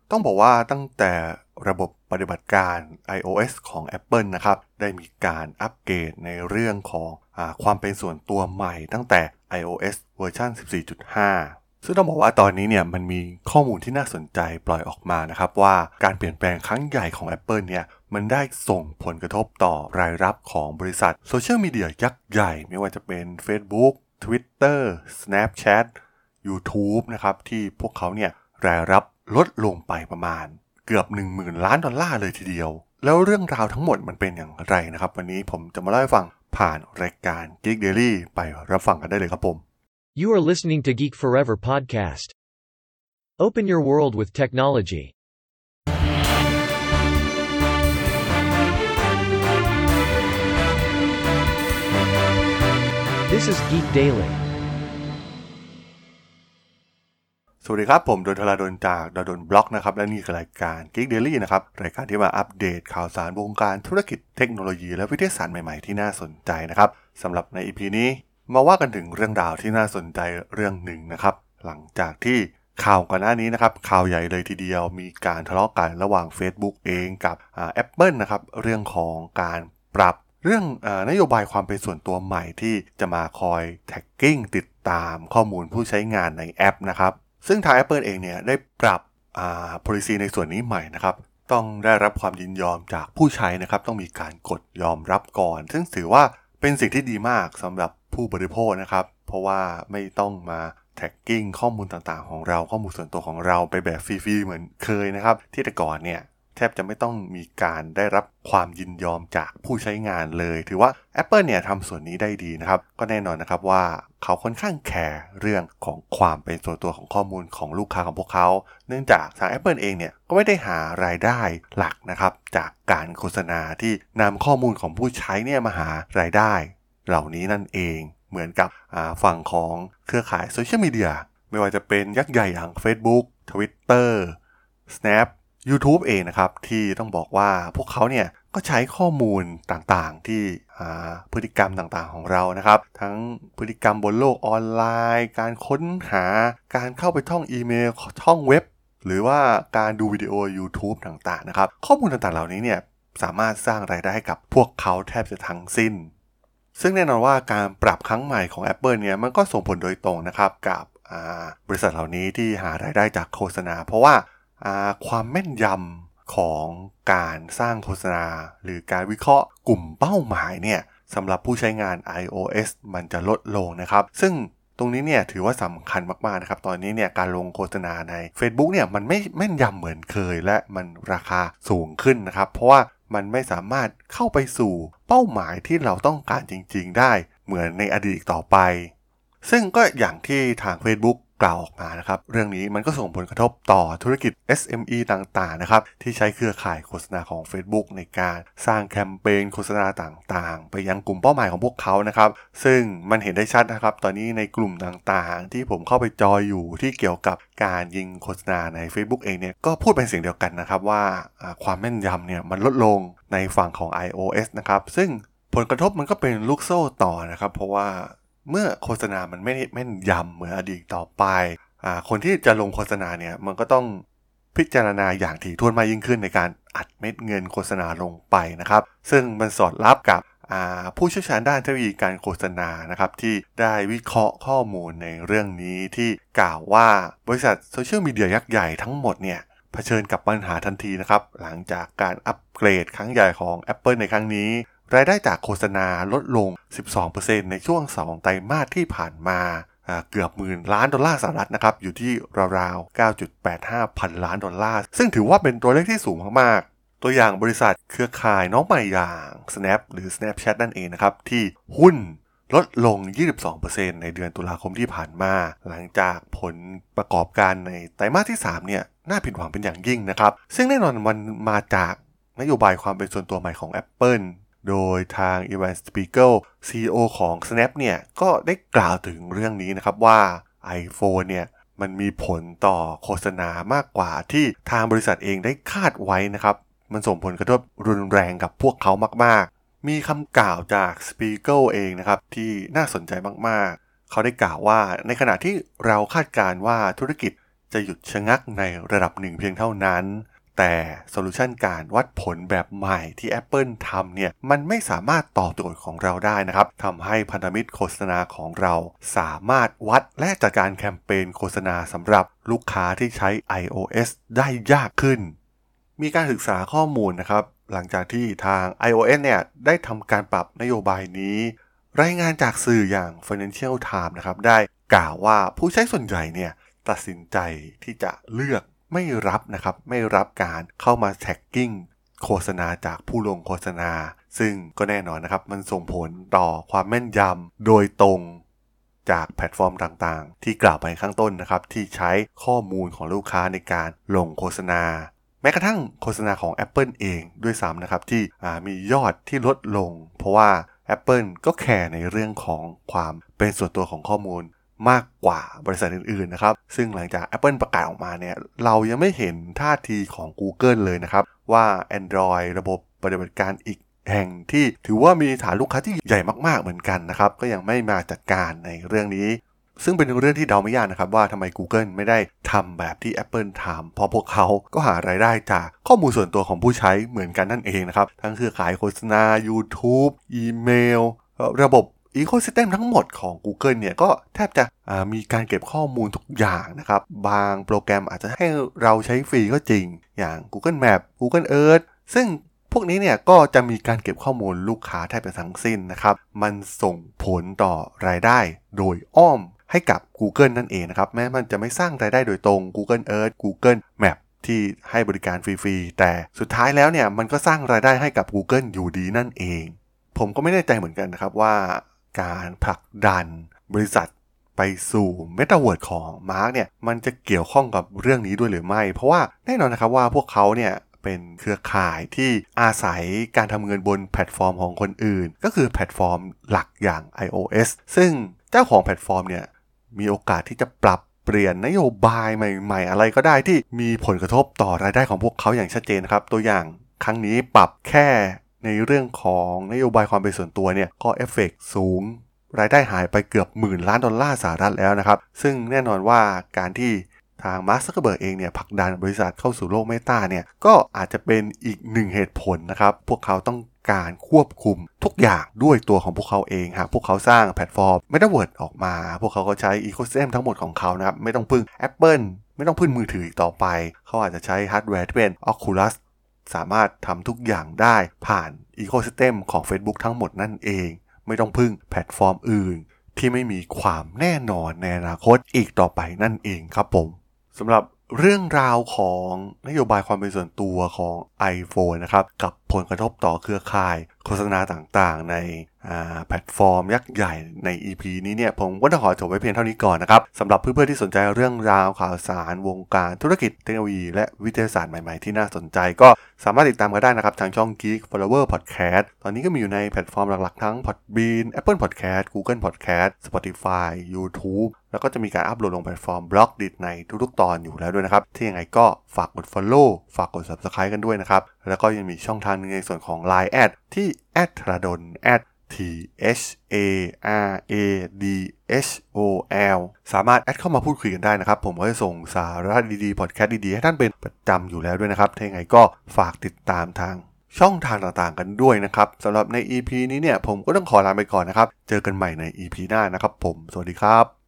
ต้องบอกว่าตั้งแต่ระบบปฏิบัติการ iOS ของ Apple นะครับได้มีการอัปเกรดในเรื่องของความเป็นส่วนตัวใหม่ตั้งแต่ iOS เวอร์ชัน 14.5 ซึ่งต้องบอกว่าตอนนี้เนี่ยมันมีข้อมูลที่น่าสนใจปล่อยออกมานะครับว่าการเปลี่ยนแปลงครั้งใหญ่ของ Apple เนี่ยมันได้ส่งผลกระทบต่อรายรับของบริษัทโซเชียลมีเดียยักษ์ใหญ่ไม่ว่าจะเป็น Facebook Twitter Snapchat YouTube นะครับที่พวกเขาเนี่ยรายรับลดลงไปประมาณเกือบ 10,000 ล้านดอลลาร์เลยทีเดียวแล้วเรื่องราวทั้งหมดมันเป็นอย่างไรนะครับวันนี้ผมจะมาเล่าให้ฟังผ่านรายการ Geek Daily ไปรับฟังกันได้เลยครับผม You are listening to Geek Forever podcast. Open your world with technology. This is Geek Daily. สวัสดีครับผมดนทราดลจากดนบล็อกนะครับและนี่คือรายการ Geek Daily นะครับรายการที่มาอัปเดตข่าวสารวงการธุรกิจเทคโนโลยีและวิทยาศาสตร์ใหม่ๆที่น่าสนใจนะครับสำหรับใน EP นี้มาว่ากันถึงเรื่องราวที่น่าสนใจเรื่องหนึ่งนะครับหลังจากที่ข่าวก่อนหน้านี้นะครับข่าวใหญ่เลยทีเดียวมีการทะเลาะกันระหว่าง Facebook เองกับApple นะครับเรื่องของการปรับเรื่องนโยบายความเป็นส่วนตัวใหม่ที่จะมาคอยแท็กกิ้งติดตามข้อมูลผู้ใช้งานในแอปนะครับซึ่งทาง Apple เองเนี่ยได้ปรับpolicy ในส่วนนี้ใหม่นะครับต้องได้รับความยินยอมจากผู้ใช้นะครับต้องมีการกดยอมรับก่อนซึ่งถือว่าเป็นสิ่งที่ดีมากสำหรับผู้บริโภคนะครับเพราะว่าไม่ต้องมาแท็กกิ้งข้อมูลต่างๆของเราข้อมูลส่วนตัวของเราไปแบบฟรีๆเหมือนเคยนะครับที่แต่ก่อนเนี่ยแทบจะไม่ต้องมีการได้รับความยินยอมจากผู้ใช้งานเลยถือว่า Apple เนี่ยทำส่วนนี้ได้ดีนะครับก็แน่นอนนะครับว่าเขาค่อนข้างแคร์เรื่องของความเป็นส่วนตัวของข้อมูลของลูกค้าของพวกเขาเนื่องจากทาง Apple เองเนี่ยก็ไม่ได้หารายได้หลักนะครับจากการโฆษณาที่นำข้อมูลของผู้ใช้เนี่ยมาหารายได้เหล่านี้นั่นเองเหมือนกับฝั่งของเครือข่ายโซเชียลมีเดียไม่ว่าจะเป็นยักษ์ใหญ่อย่าง Facebook Twitter Snap YouTube เองนะครับที่ต้องบอกว่าพวกเขาเนี่ยก็ใช้ข้อมูลต่างๆที่พฤติกรรมต่างๆของเรานะครับทั้งพฤติกรรมบนโลกออนไลน์การค้นหาการเข้าไปท่องอีเมลท่องเว็บหรือว่าการดูวิดีโอ YouTube ต่างๆนะครับข้อมูลต่างๆเหล่านี้เนี่ยสามารถสร้างรายได้ให้กับพวกเขาแทบจะทั้งสิ้นซึ่งแน่นอนว่าการปรับครั้งใหม่ของ Apple เนี่ยมันก็ส่งผลโดยตรงนะครับกับบริษัทเหล่านี้ที่หารายได้จากโฆษณาเพราะว่าความแม่นยำของการสร้างโฆษณาหรือการวิเคราะห์กลุ่มเป้าหมายเนี่ยสำหรับผู้ใช้งาน iOS มันจะลดลงนะครับซึ่งตรงนี้เนี่ยถือว่าสำคัญมากๆนะครับตอนนี้เนี่ยการลงโฆษณาใน Facebook เนี่ยมันไม่แม่นยำเหมือนเคยและมันราคาสูงขึ้นนะครับเพราะว่ามันไม่สามารถเข้าไปสู่เป้าหมายที่เราต้องการจริงๆได้เหมือนในอดีตต่อไปซึ่งก็อย่างที่ทาง Facebookกล่าวออกมานะครับเรื่องนี้มันก็ส่งผลกระทบต่อธุรกิจ SME ต่างๆนะครับที่ใช้เครือข่ายโฆษณาของ Facebook ในการสร้างแคมเปญโฆษณาต่างๆไปยังกลุ่มเป้าหมายของพวกเขานะครับซึ่งมันเห็นได้ชัดนะครับตอนนี้ในกลุ่มต่างๆที่ผมเข้าไปจอยอยู่ที่เกี่ยวกับการยิงโฆษณาใน Facebook เองเนี่ยก็พูดเป็นเสียงเดียวกันนะครับว่าความแม่นยำเนี่ยมันลดลงในฝั่งของ iOS นะครับซึ่งผลกระทบมันก็เป็นลูกโซ่ต่อนะครับเพราะว่าเมื่อโฆษณามันไม่แม่นยำเหมือนอดีตต่อไปคนที่จะลงโฆษณาเนี่ยมันก็ต้องพิจารณาอย่างถี่ถ้วนมากยิ่งขึ้นในการอัดเม็ดเงินโฆษณาลงไปนะครับซึ่งมันสอดรับกับผู้เชี่ยวชาญด้านเทคโนโลยีการโฆษณานะครับที่ได้วิเคราะห์ข้อมูลในเรื่องนี้ที่กล่าวว่าบริษัทโซเชียลมีเดียยักษ์ใหญ่ทั้งหมดเนี่ยเผชิญกับปัญหาทันทีนะครับหลังจากการอัปเกรดครั้งใหญ่ของ Apple ในครั้งนี้รายได้จากโฆษณาลดลง 12% ในช่วง2ไตรมาสที่ผ่านมาเกือบหมื่นล้านดอลลาร์สหรัฐนะครับอยู่ที่ราวๆ 9.85 พันล้านดอลลาร์ซึ่งถือว่าเป็นตัวเลขที่สูงมากๆตัวอย่างบริษัทเครือข่ายน้องใหม่อย่าง Snap หรือ Snapchat นั่นเองนะครับที่หุ้นลดลง 22% ในเดือนตุลาคมที่ผ่านมาหลังจากผลประกอบการในไตรมาสที่3เนี่ยน่าผิดหวังเป็นอย่างยิ่งนะครับซึ่งแน่นอนมันมาจากนโยบายความเป็นส่วนตัวใหม่ของ Appleโดยทางอีวาน สปีเกิล CEO ของ Snap เนี่ยก็ได้กล่าวถึงเรื่องนี้นะครับว่า iPhone เนี่ยมันมีผลต่อโฆษณามากกว่าที่ทางบริษัทเองได้คาดไว้นะครับมันส่งผลกระทบรุนแรงกับพวกเขามากๆมีคำกล่าวจาก Spiegel เองนะครับที่น่าสนใจมากๆเขาได้กล่าวว่าในขณะที่เราคาดการณ์ว่าธุรกิจจะหยุดชะงักในระดับหนึ่งเพียงเท่านั้นแต่โซลูชันการวัดผลแบบใหม่ที่ Apple ทำเนี่ยมันไม่สามารถตอบโจทย์ของเราได้นะครับทำให้พันธมิตรโฆษณาของเราสามารถวัดและจัดการแคมเปญโฆษณาสำหรับลูกค้าที่ใช้ iOS ได้ยากขึ้นมีการศึกษาข้อมูลนะครับหลังจากที่ทาง iOS เนี่ยได้ทำการปรับนโยบายนี้รายงานจากสื่ออย่าง Financial Times นะครับได้กล่าวว่าผู้ใช้ส่วนใหญ่เนี่ยตัดสินใจที่จะเลือกไม่รับการเข้ามาแท็กกิ้งโฆษณาจากผู้ลงโฆษณาซึ่งก็แน่นอนนะครับมันส่งผลต่อความแม่นยำโดยตรงจากแพลตฟอร์มต่างๆที่กล่าวไปข้างต้นนะครับที่ใช้ข้อมูลของลูกค้าในการลงโฆษณาแม้กระทั่งโฆษณาของ Apple เองด้วยซ้ำนะครับที่มียอดที่ลดลงเพราะว่า Apple ก็แคร์ในเรื่องของความเป็นส่วนตัวของข้อมูลมากกว่าบริษัทอื่นๆนะครับซึ่งหลังจาก Apple ประกาศออกมาเนี่ยเรายังไม่เห็นท่าทีของ Google เลยนะครับว่า Android ระบบปฏิบัติการอีกแห่งที่ถือว่ามีฐานลูกค้าที่ใหญ่มากๆเหมือนกันนะครับก็ยังไม่มาจัดการในเรื่องนี้ซึ่งเป็นเรื่องที่เดาไม่ยากนะครับว่าทำไม Google ไม่ได้ทำแบบที่ Apple ทำเพราะพวกเขาก็หารายได้จากข้อมูลส่วนตัวของผู้ใช้เหมือนกันนั่นเองนะครับทั้งเครือข่ายโฆษณา YouTube อีเมลระบบอีโคซิสเต็มทั้งหมดของ Google เนี่ยก็แทบจะมีการเก็บข้อมูลทุกอย่างนะครับบางโปรแกรมอาจจะให้เราใช้ฟรีก็จริงอย่าง Google Map Google Earth ซึ่งพวกนี้เนี่ยก็จะมีการเก็บข้อมูลลูกค้าแทบจะทั้งสิ้นนะครับมันส่งผลต่อรายได้โดยอ้อมให้กับ Google นั่นเองนะครับแม้มันจะไม่สร้างรายได้โดยตรง Google Earth Google Map ที่ให้บริการฟรีๆแต่สุดท้ายแล้วเนี่ยมันก็สร้างรายได้ให้กับ Google อยู่ดีนั่นเองผมก็ไม่แน่ใจเหมือนกันนะครับว่าการผลักดันบริษัทไปสู่ Metaverse ของ Mark เนี่ยมันจะเกี่ยวข้องกับเรื่องนี้ด้วยหรือไม่เพราะว่าแน่นอนนะครับว่าพวกเขาเนี่ยเป็นเครือข่ายที่อาศัยการทำเงินบนแพลตฟอร์มของคนอื่นก็คือแพลตฟอร์มหลักอย่าง iOS ซึ่งเจ้าของแพลตฟอร์มเนี่ยมีโอกาสที่จะปรับเปลี่ยนนโยบายใหม่ๆอะไรก็ได้ที่มีผลกระทบต่อรายได้ของพวกเขาอย่างชัดเจนครับตัวอย่างครั้งนี้ปรับแค่ในเรื่องของนโยบายความเป็นส่วนตัวเนี่ยก็เอฟเฟกต์สูงรายได้หายไปเกือบ$10,000,000,000แล้วนะครับซึ่งแน่นอนว่าการที่ทางมาร์ค ซักเคอร์เบิร์กเองเนี่ยผลักดันบริษัทเข้าสู่โลกเมตาเนี่ยก็อาจจะเป็นอีกหนึ่งเหตุผลนะครับพวกเขาต้องการควบคุมทุกอย่างด้วยตัวของพวกเขาเองหากพวกเขาสร้างแพลตฟอร์ม Metaverse ออกมาพวกเขาก็ใช้อีโคซิสเต็มทั้งหมดของเขานะครับไม่ต้องพึ่ง Apple ไม่ต้องพึ่งมือถืออีกต่อไปเขาอาจจะใช้ฮาร์ดแวร์ที่เป็น Oculus สามารถทำทุกอย่างได้ผ่านอีโคซิสเต็มของ Facebook ทั้งหมดนั่นเองไม่ต้องพึ่งแพลตฟอร์มอื่นที่ไม่มีความแน่นอนในอนาคตอีกต่อไปนั่นเองครับผมสำหรับเรื่องราวของนโยบายความเป็นส่วนตัวของ iPhone นะครับกับผลกระทบต่อเครือข่ายโฆษณาต่างๆในแพลตฟอร์มยักษ์ใหญ่ใน EP นี้เนี่ยผมก็ต้องขอจบไว้เพียงเท่านี้ก่อนนะครับสำหรับเพื่อนๆที่สนใจเรื่องราวข่าวสารวงการธุรกิจเทคโนโลยีและวิทยาศาสตร์ใหม่ๆที่น่าสนใจก็สามารถติดตามกันได้นะครับทางช่อง Geek Flower Podcast ตอนนี้ก็มีอยู่ในแพลตฟอร์มหลักๆทั้ง Podbean Apple Podcast Google Podcast Spotify YouTube แล้วก็จะมีการอัปโหลดลงแพลตฟอร์ม Blogdit ในทุกๆตอนอยู่แล้วด้วยนะครับที่ยังไงก็ฝากกด follow ฝากกด subscribe กันด้วยนะครับแล้วก็ยังมีช่องทางนึงในส่วนของ Line แอดที่ @thradol @THARADHOL สามารถแอดเข้ามาพูดคุยกันได้นะครับผมก็จะส่งสาระดีๆพอดแคสต์ดีๆให้ท่านเป็นประจำอยู่แล้วด้วยนะครับถ้ายังไงก็ฝากติดตามทางช่องทางต่างๆกันด้วยนะครับสำหรับใน EP นี้เนี่ยผมก็ต้องขอลาไปก่อนนะครับเจอกันใหม่ใน EP หน้านะครับผมสวัสดีครับ